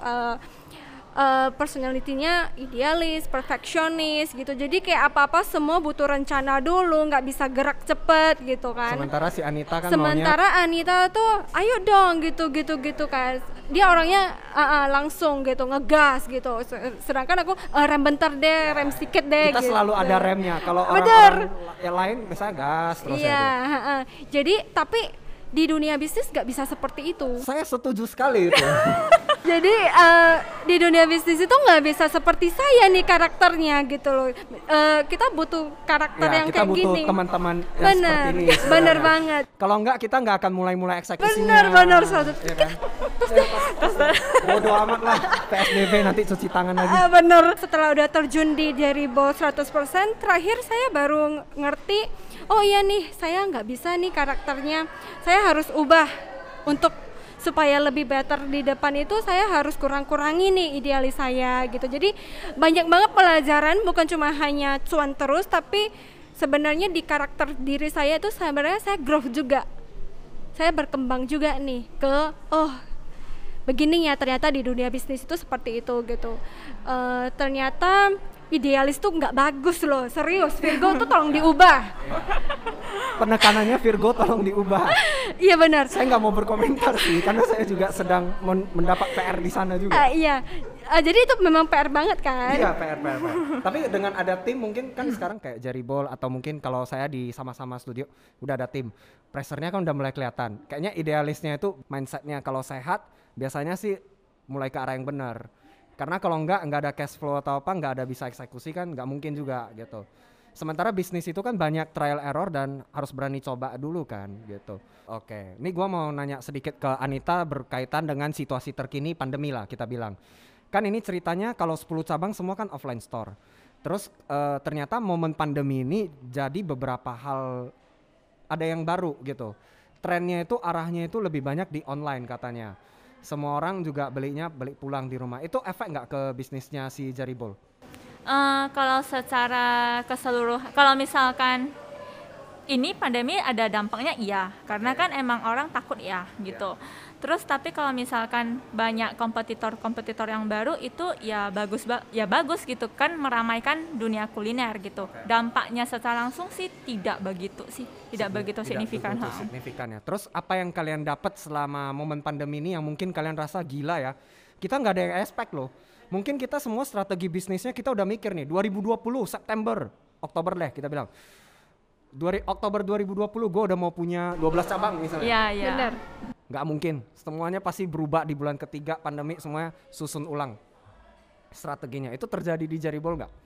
personality-nya idealis, perfeksionis gitu. Jadi kayak apa-apa semua butuh rencana dulu, nggak bisa gerak cepet gitu kan. Sementara si Anita kan Anita tuh ayo dong gitu kan. Dia orangnya langsung gitu, ngegas gitu. Sedangkan aku rem bentar deh, rem sedikit deh. Kita gitu. Selalu ada remnya. Kalau orang-orang yang lain misalnya gas terus. Iya, jadi tapi di dunia bisnis nggak bisa seperti itu. Saya setuju sekali itu. Jadi di dunia bisnis itu nggak bisa seperti saya nih karakternya gitu loh. Kita butuh karakter yang kayak gini. Kita butuh teman-teman yang seperti ini. Bener banget. Kalau enggak kita nggak akan mulai eksekusinya. Bener. Ya kan? Bodo amat lah, PSBB nanti cuci tangan lagi. Bener. Setelah udah terjun di Jaribol 100%, terakhir saya baru ngerti, oh iya nih saya nggak bisa nih karakternya. Saya harus ubah untuk supaya lebih better di depan itu, saya harus kurang-kurangi nih idealis saya gitu. Jadi banyak banget pelajaran, bukan cuma hanya cuan terus, tapi sebenarnya di karakter diri saya itu sebenarnya saya growth juga. Saya berkembang juga nih ke begini ya, ternyata di dunia bisnis itu seperti itu gitu. Ternyata idealis tuh nggak bagus loh, serius. Virgo tuh tolong diubah. Penekanannya Virgo tolong diubah. Iya benar. Saya nggak mau berkomentar sih, karena saya juga sedang mendapat PR di sana juga. Iya. Jadi itu memang PR banget kan? Iya, PR. Tapi dengan ada tim mungkin kan sekarang kayak Jaribol, atau mungkin kalau saya di sama-sama studio udah ada tim, pressure-nya kan udah mulai kelihatan. Kayaknya idealisnya itu mindset-nya kalau sehat biasanya sih mulai ke arah yang benar. Karena kalau nggak ada cash flow atau apa, nggak ada bisa eksekusi kan nggak mungkin juga gitu. Sementara bisnis itu kan banyak trial error dan harus berani coba dulu kan gitu. Oke, ini gua mau nanya sedikit ke Anita berkaitan dengan situasi terkini pandemi lah kita bilang. Kan ini ceritanya kalau 10 cabang semua kan offline store. Terus ternyata momen pandemi ini jadi beberapa hal ada yang baru gitu. Trennya itu arahnya itu lebih banyak di online katanya. Semua orang juga beli pulang di rumah. Itu efek nggak ke bisnisnya si Jaribol? Kalau secara keseluruhan, kalau misalkan ini pandemi ada dampaknya iya, karena kan emang orang takut ya gitu. Terus tapi kalau misalkan banyak kompetitor yang baru itu ya bagus gitu kan, meramaikan dunia kuliner gitu. Dampaknya secara langsung sih tidak begitu signifikan. Signifikan ya. Terus apa yang kalian dapat selama momen pandemi ini yang mungkin kalian rasa gila ya? Kita nggak ada yang expect loh. Mungkin kita semua strategi bisnisnya kita udah mikir nih 2020 Oktober deh kita bilang. Oktober 2020 gue udah mau punya 12 cabang misalnya. Iya. Benar. Nggak mungkin, semuanya pasti berubah di bulan ketiga pandemi, semuanya susun ulang strateginya. Itu terjadi di Jaribol nggak?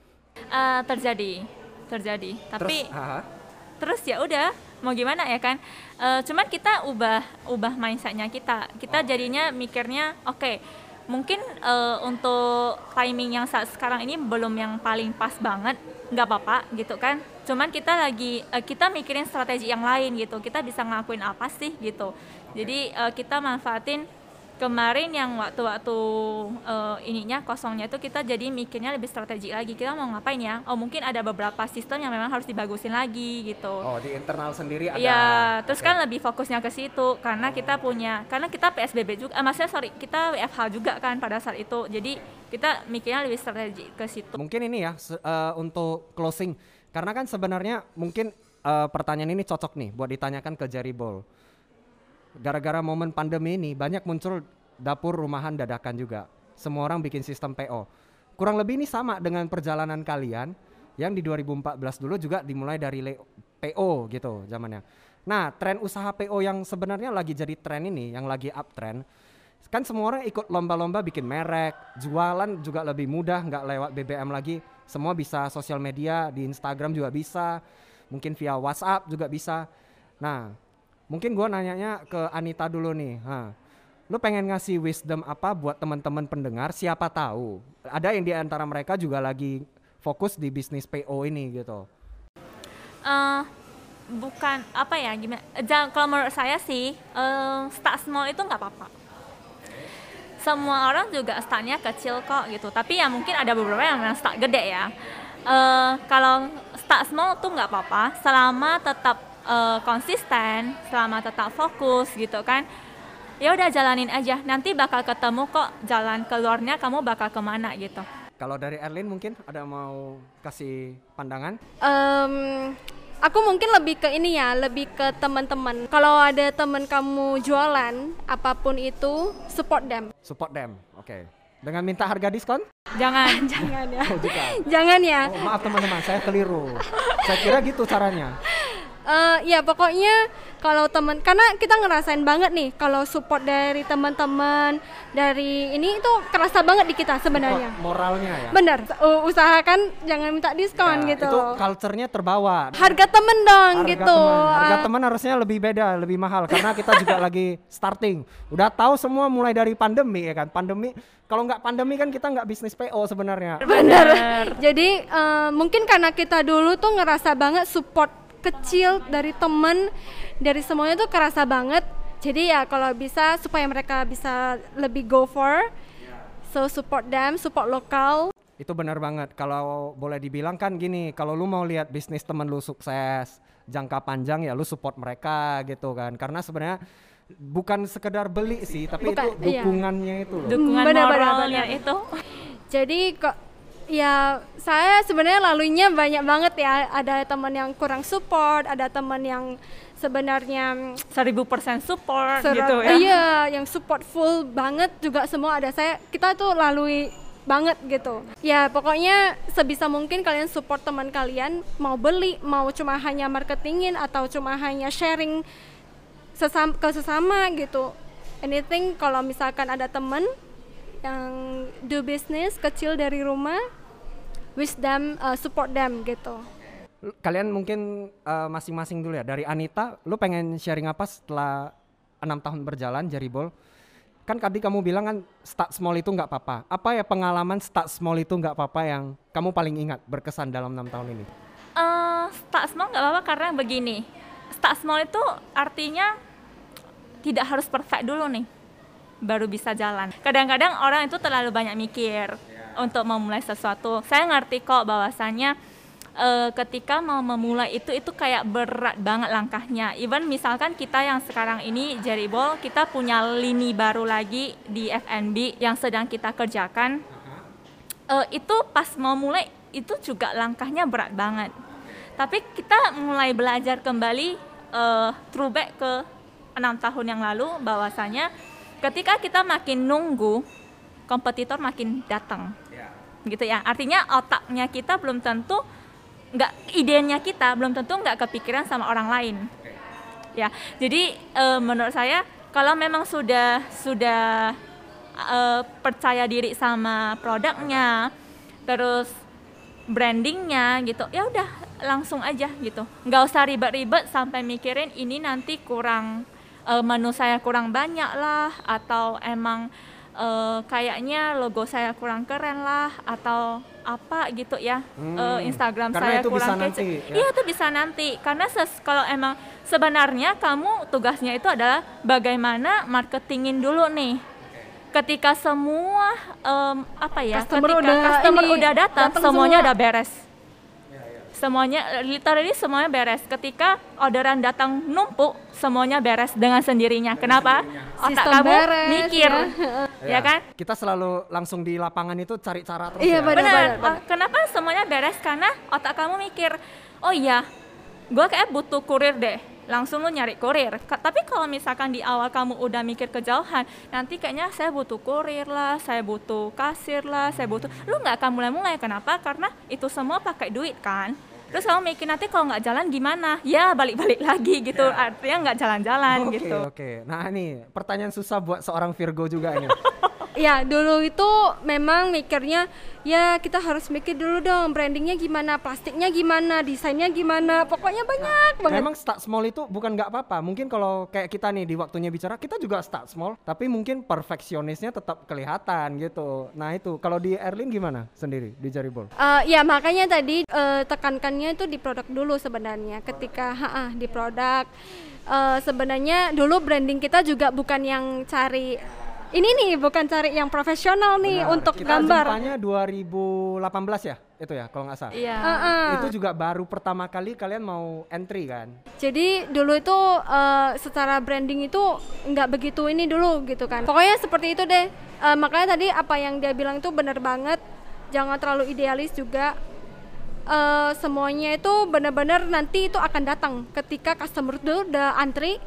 Terjadi. Tapi terus ya udah mau gimana ya kan? Cuman kita ubah mindsetnya kita jadinya mikirnya oke, mungkin untuk timing yang saat sekarang ini belum yang paling pas banget, nggak apa-apa gitu kan. Cuman kita mikirin strategi yang lain gitu, kita bisa ngelakuin apa sih gitu. Jadi kita manfaatin kemarin yang waktu-waktu ininya kosongnya itu kita jadi mikirnya lebih strategik lagi, kita mau ngapain ya, mungkin ada beberapa sistem yang memang harus dibagusin lagi gitu. Di internal sendiri ada. Ya, terus kan lebih fokusnya ke situ karena kita PSBB juga, kita WFH juga kan pada saat itu, jadi kita mikirnya lebih strategik ke situ. Mungkin ini ya untuk closing, karena kan sebenarnya mungkin pertanyaan ini cocok nih buat ditanyakan ke Jerrybowl. Gara-gara momen pandemi ini banyak muncul dapur rumahan dadakan juga. Semua orang bikin sistem PO. Kurang lebih ini sama dengan perjalanan kalian yang di 2014 dulu juga dimulai dari PO gitu zamannya. Nah, tren usaha PO yang sebenarnya lagi jadi tren ini, yang lagi uptrend, kan semua orang ikut lomba-lomba bikin merek, jualan juga lebih mudah, nggak lewat BBM lagi. Semua bisa sosial media, di Instagram juga bisa, mungkin via WhatsApp juga bisa. Nah, mungkin gue nanyanya ke Anita dulu nih. Lu pengen ngasih wisdom apa buat teman-teman pendengar? Siapa tahu ada yang di antara mereka juga lagi fokus di bisnis PO ini gitu. Bukan apa ya, gimana? Kalau menurut saya sih start small itu nggak apa-apa. Semua orang juga startnya kecil kok gitu. Tapi ya mungkin ada beberapa yang memang start gede ya. Kalau start small tuh nggak apa-apa, selama tetap konsisten, selama tetap fokus gitu kan. Ya udah jalanin aja, nanti bakal ketemu kok jalan keluarnya, kamu bakal kemana gitu. Kalau dari Erlin mungkin ada mau kasih pandangan? Aku mungkin lebih ke ini ya, lebih ke teman-teman. Kalau ada teman kamu jualan apapun itu, support them. Support them, oke. Dengan minta harga diskon? Jangan. Jangan ya. Jangan ya. Maaf teman-teman, saya keliru. Saya kira gitu caranya. Ya pokoknya kalau teman, karena kita ngerasain banget nih kalau support dari teman-teman dari ini itu kerasa banget di kita sebenarnya. Moralnya ya. Bener, usahakan jangan minta diskon gitu. Itu culture-nya terbawa. Harga temen dong gitu. Harga temen harusnya lebih beda, lebih mahal karena kita juga lagi starting. Udah tahu semua mulai dari pandemi ya kan. Pandemi, kalau nggak pandemi kan kita nggak bisnis PO sebenarnya. Bener. Jadi mungkin karena kita dulu tuh ngerasa banget support kecil dari temen, dari semuanya tuh kerasa banget. Jadi ya kalau bisa supaya mereka bisa lebih go for, so support them, support lokal. Itu benar banget. Kalau boleh dibilang kan gini, kalau lu mau lihat bisnis temen lu sukses jangka panjang ya lu support mereka gitu kan. Karena sebenarnya bukan sekedar beli sih, tapi itu dukungannya itu loh. Dukungan moralnya itu. Jadi kok ya saya sebenarnya lalunya banyak banget ya, ada teman yang kurang support, ada teman yang sebenarnya 1000% support gitu ya. Iya, yang support full banget juga semua ada. Kita tuh lalui banget gitu. Ya pokoknya sebisa mungkin kalian support teman kalian, mau beli, mau cuma hanya marketingin atau cuma hanya sharing ke sesama gitu. Anything, kalau misalkan ada teman yang do business kecil dari rumah, wish them, support them gitu. Kalian mungkin masing-masing dulu ya. Dari Anita, lu pengen sharing apa setelah 6 tahun berjalan Jerrybowl? Kan tadi kamu bilang kan start small itu nggak apa-apa. Apa ya pengalaman start small itu nggak apa-apa yang kamu paling ingat berkesan dalam 6 tahun ini? Start small nggak apa-apa karena begini. Start small itu artinya tidak harus perfect dulu nih baru bisa jalan. Kadang-kadang orang itu terlalu banyak mikir untuk memulai sesuatu. Saya ngerti kok bahwasannya ketika mau memulai itu kayak berat banget langkahnya. Even misalkan kita yang sekarang ini Jerrybowl, kita punya lini baru lagi di F&B yang sedang kita kerjakan. Itu pas mau mulai itu juga langkahnya berat banget. Tapi kita mulai belajar kembali throwback ke 6 tahun yang lalu bahwasanya ketika kita makin nunggu, kompetitor makin datang, gitu ya. Artinya otaknya kita belum tentu idenya kita belum tentu nggak kepikiran sama orang lain, ya. Jadi menurut saya kalau memang sudah percaya diri sama produknya, terus brandingnya, gitu, ya udah langsung aja gitu. Nggak usah ribet-ribet sampai mikirin ini nanti kurang. Menu saya kurang banyak lah, atau emang kayaknya logo saya kurang keren lah, atau apa gitu ya, Instagram saya kurang kece. Iya, itu bisa nanti. Karena kalau emang sebenarnya kamu tugasnya itu adalah bagaimana marketingin dulu nih ketika semua Customer udah datang semuanya semua. udah beres. Semuanya literally semuanya beres. Ketika orderan datang numpuk, semuanya beres dengan sendirinya. Kenapa? Otak Sistem kamu beres, mikir, ya kan? Kita selalu langsung di lapangan itu cari cara terus Iya, ya. benar. Kenapa semuanya beres? Karena otak kamu mikir, oh iya, gue kayak butuh kurir deh. Langsung lu nyari kurir. Tapi kalau misalkan di awal kamu udah mikir kejauhan, nanti kayaknya saya butuh kurir lah, saya butuh kasir lah, lu nggak akan mulai-mulai. Kenapa? Karena itu semua pakai duit kan. Terus kamu mikir nanti kalau nggak jalan gimana? Ya balik-balik lagi gitu, artinya nggak jalan-jalan gitu. Oke. Nah ini pertanyaan susah buat seorang Virgo juga ini. Ya dulu itu memang mikirnya ya kita harus mikir dulu dong brandingnya gimana, plastiknya gimana, desainnya gimana, pokoknya banyak banget. Memang start small itu bukan nggak apa-apa. Mungkin kalau kayak kita nih di waktunya bicara, kita juga start small, tapi mungkin perfeksionisnya tetap kelihatan gitu. Nah itu kalau di Erlin gimana sendiri di Jaribol? Ya makanya tadi tekankannya itu di produk dulu sebenarnya. Ketika di produk sebenarnya dulu branding kita juga bukan yang cari ini nih, bukan cari yang profesional nih. Benar. Untuk kita gambar. Jumpanya 2018 ya, itu ya kalau nggak salah. Iya. Itu juga baru pertama kali kalian mau entry kan? Jadi dulu itu secara branding itu nggak begitu ini dulu gitu kan. Pokoknya seperti itu deh. Makanya tadi apa yang dia bilang itu benar banget. Jangan terlalu idealis juga. Semuanya itu benar-benar nanti itu akan datang ketika customer itu udah antri,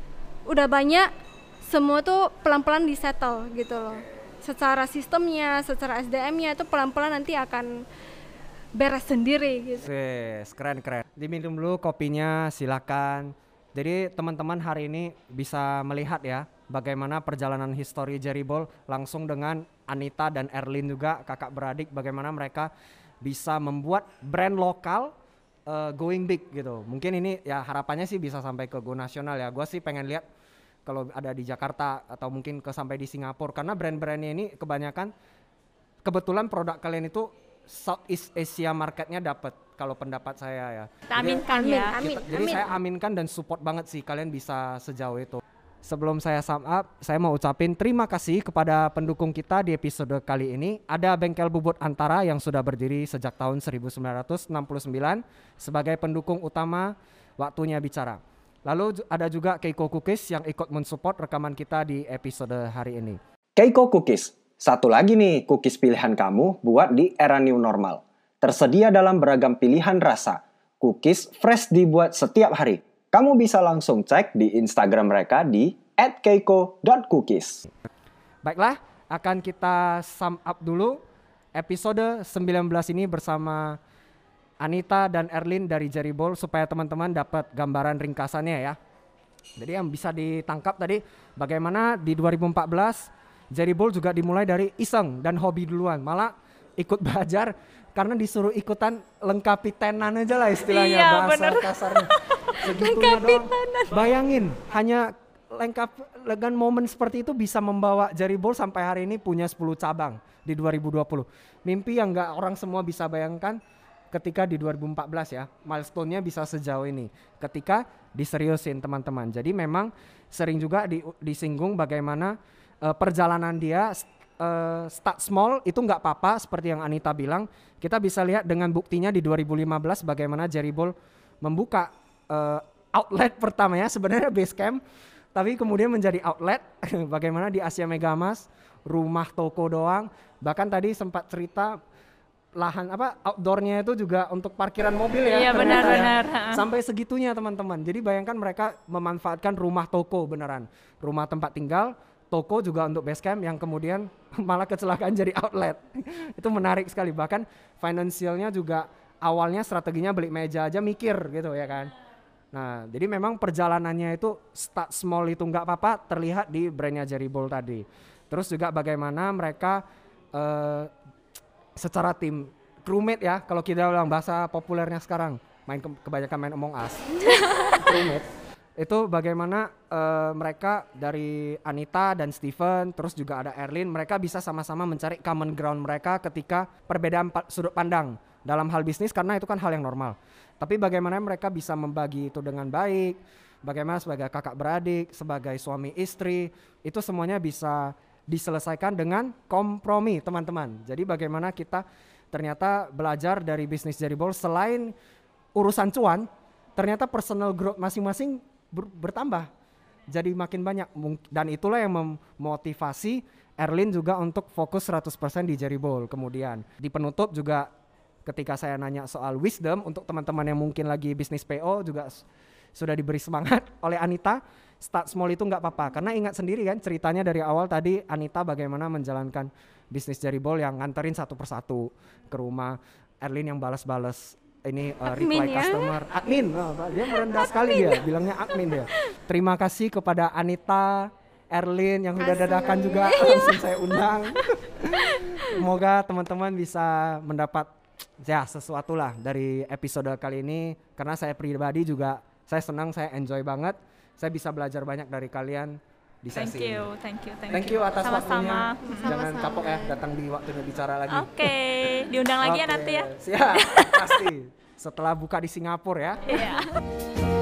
udah banyak. Semua tuh pelan-pelan disettle gitu loh. Secara sistemnya, secara SDM-nya itu pelan-pelan nanti akan beres sendiri gitu. Yes, keren. Diminum dulu kopinya, silakan. Jadi teman-teman hari ini bisa melihat ya bagaimana perjalanan histori Jaribol langsung dengan Anita dan Erlin juga kakak beradik, bagaimana mereka bisa membuat brand lokal going big gitu. Mungkin ini ya harapannya sih bisa sampai ke go nasional ya. Gua sih pengen lihat kalau ada di Jakarta atau mungkin sampai di Singapura, karena brand-brandnya ini kebanyakan kebetulan produk kalian itu Southeast Asia marketnya dapat kalau pendapat saya ya. Aminkan ya. Jadi saya aminkan dan support banget sih kalian bisa sejauh itu. Sebelum saya sum up, saya mau ucapin terima kasih kepada pendukung kita di episode kali ini. Ada Bengkel Bubut Antara yang sudah berdiri sejak tahun 1969 sebagai pendukung utama Waktunya Bicara. Lalu ada juga Keiko Cookies yang ikut mensupport rekaman kita di episode hari ini. Keiko Cookies, satu lagi nih cookies pilihan kamu buat di era new normal. Tersedia dalam beragam pilihan rasa. Cookies fresh dibuat setiap hari. Kamu bisa langsung cek di Instagram mereka di @keiko.cookies. Baiklah, akan kita sum up dulu episode 19 ini bersama Anita dan Erlin dari Jaribol supaya teman-teman dapat gambaran ringkasannya ya. Jadi yang bisa ditangkap tadi bagaimana di 2014 Jaribol juga dimulai dari iseng dan hobi duluan. Malah ikut belajar karena disuruh ikutan lengkapi tenan aja lah istilahnya, Iya, bahasa bener. kasarnya. Lengkapi tenan. Bayangin hanya lengkap dengan momen seperti itu bisa membawa Jaribol sampai hari ini punya 10 cabang di 2020. Mimpi yang nggak orang semua bisa bayangkan. Ketika di 2014 ya, milestone-nya bisa sejauh ini ketika diseriusin teman-teman. Jadi memang sering juga disinggung bagaimana perjalanan dia start small itu nggak apa-apa seperti yang Anita bilang. Kita bisa lihat dengan buktinya di 2015 bagaimana Jaribol membuka outlet pertamanya sebenarnya base camp, tapi kemudian menjadi outlet. Bagaimana di Asia Megamas, rumah toko doang, bahkan tadi sempat cerita lahan outdoornya itu juga untuk parkiran mobil ya. Iya benar-benar. Ya. Sampai segitunya teman-teman. Jadi bayangkan mereka memanfaatkan rumah toko beneran, rumah tempat tinggal, toko juga untuk base camp yang kemudian malah kecelakaan jadi outlet. Itu menarik sekali. Bahkan finansialnya juga awalnya strateginya beli meja aja mikir gitu ya kan. Nah jadi memang perjalanannya itu start small itu nggak apa-apa, terlihat di brandnya Jaribol tadi. Terus juga bagaimana mereka secara tim crewmate ya, kalau kita bilang bahasa populernya sekarang kebanyakan main Among Us. Crewmate itu bagaimana mereka dari Anita dan Steven terus juga ada Erlin, mereka bisa sama-sama mencari common ground mereka ketika perbedaan sudut pandang dalam hal bisnis, karena itu kan hal yang normal. Tapi bagaimana mereka bisa membagi itu dengan baik, bagaimana sebagai kakak beradik, sebagai suami istri, itu semuanya bisa diselesaikan dengan kompromi, teman-teman. Jadi bagaimana kita ternyata belajar dari bisnis Jerryball, selain urusan cuan, ternyata personal growth masing-masing bertambah. Jadi makin banyak, dan itulah yang memotivasi Erlin juga untuk fokus 100% di Jerryball. Kemudian di penutup juga ketika saya nanya soal wisdom untuk teman-teman yang mungkin lagi bisnis PO juga sudah diberi semangat oleh Anita. Start small itu nggak apa-apa, karena ingat sendiri kan ceritanya dari awal tadi Anita bagaimana menjalankan bisnis Jerryball yang nganterin satu persatu ke rumah, Erlin yang balas-balas ini reply ya? customer, admin, dia merendah sekali dia, bilangnya admin dia. Terima kasih kepada Anita, Erlin yang udah dadakan juga langsung saya undang. Semoga teman-teman bisa mendapat ya sesuatu lah dari episode kali ini, karena saya pribadi juga saya senang, saya enjoy banget. Saya bisa belajar banyak dari kalian di sesi ini. Thank you atas waktunya. Jangan kapok ya datang di waktunya bicara lagi. Oke, diundang lagi ya nanti ya. Siap, pasti. Setelah buka di Singapura ya. Iya.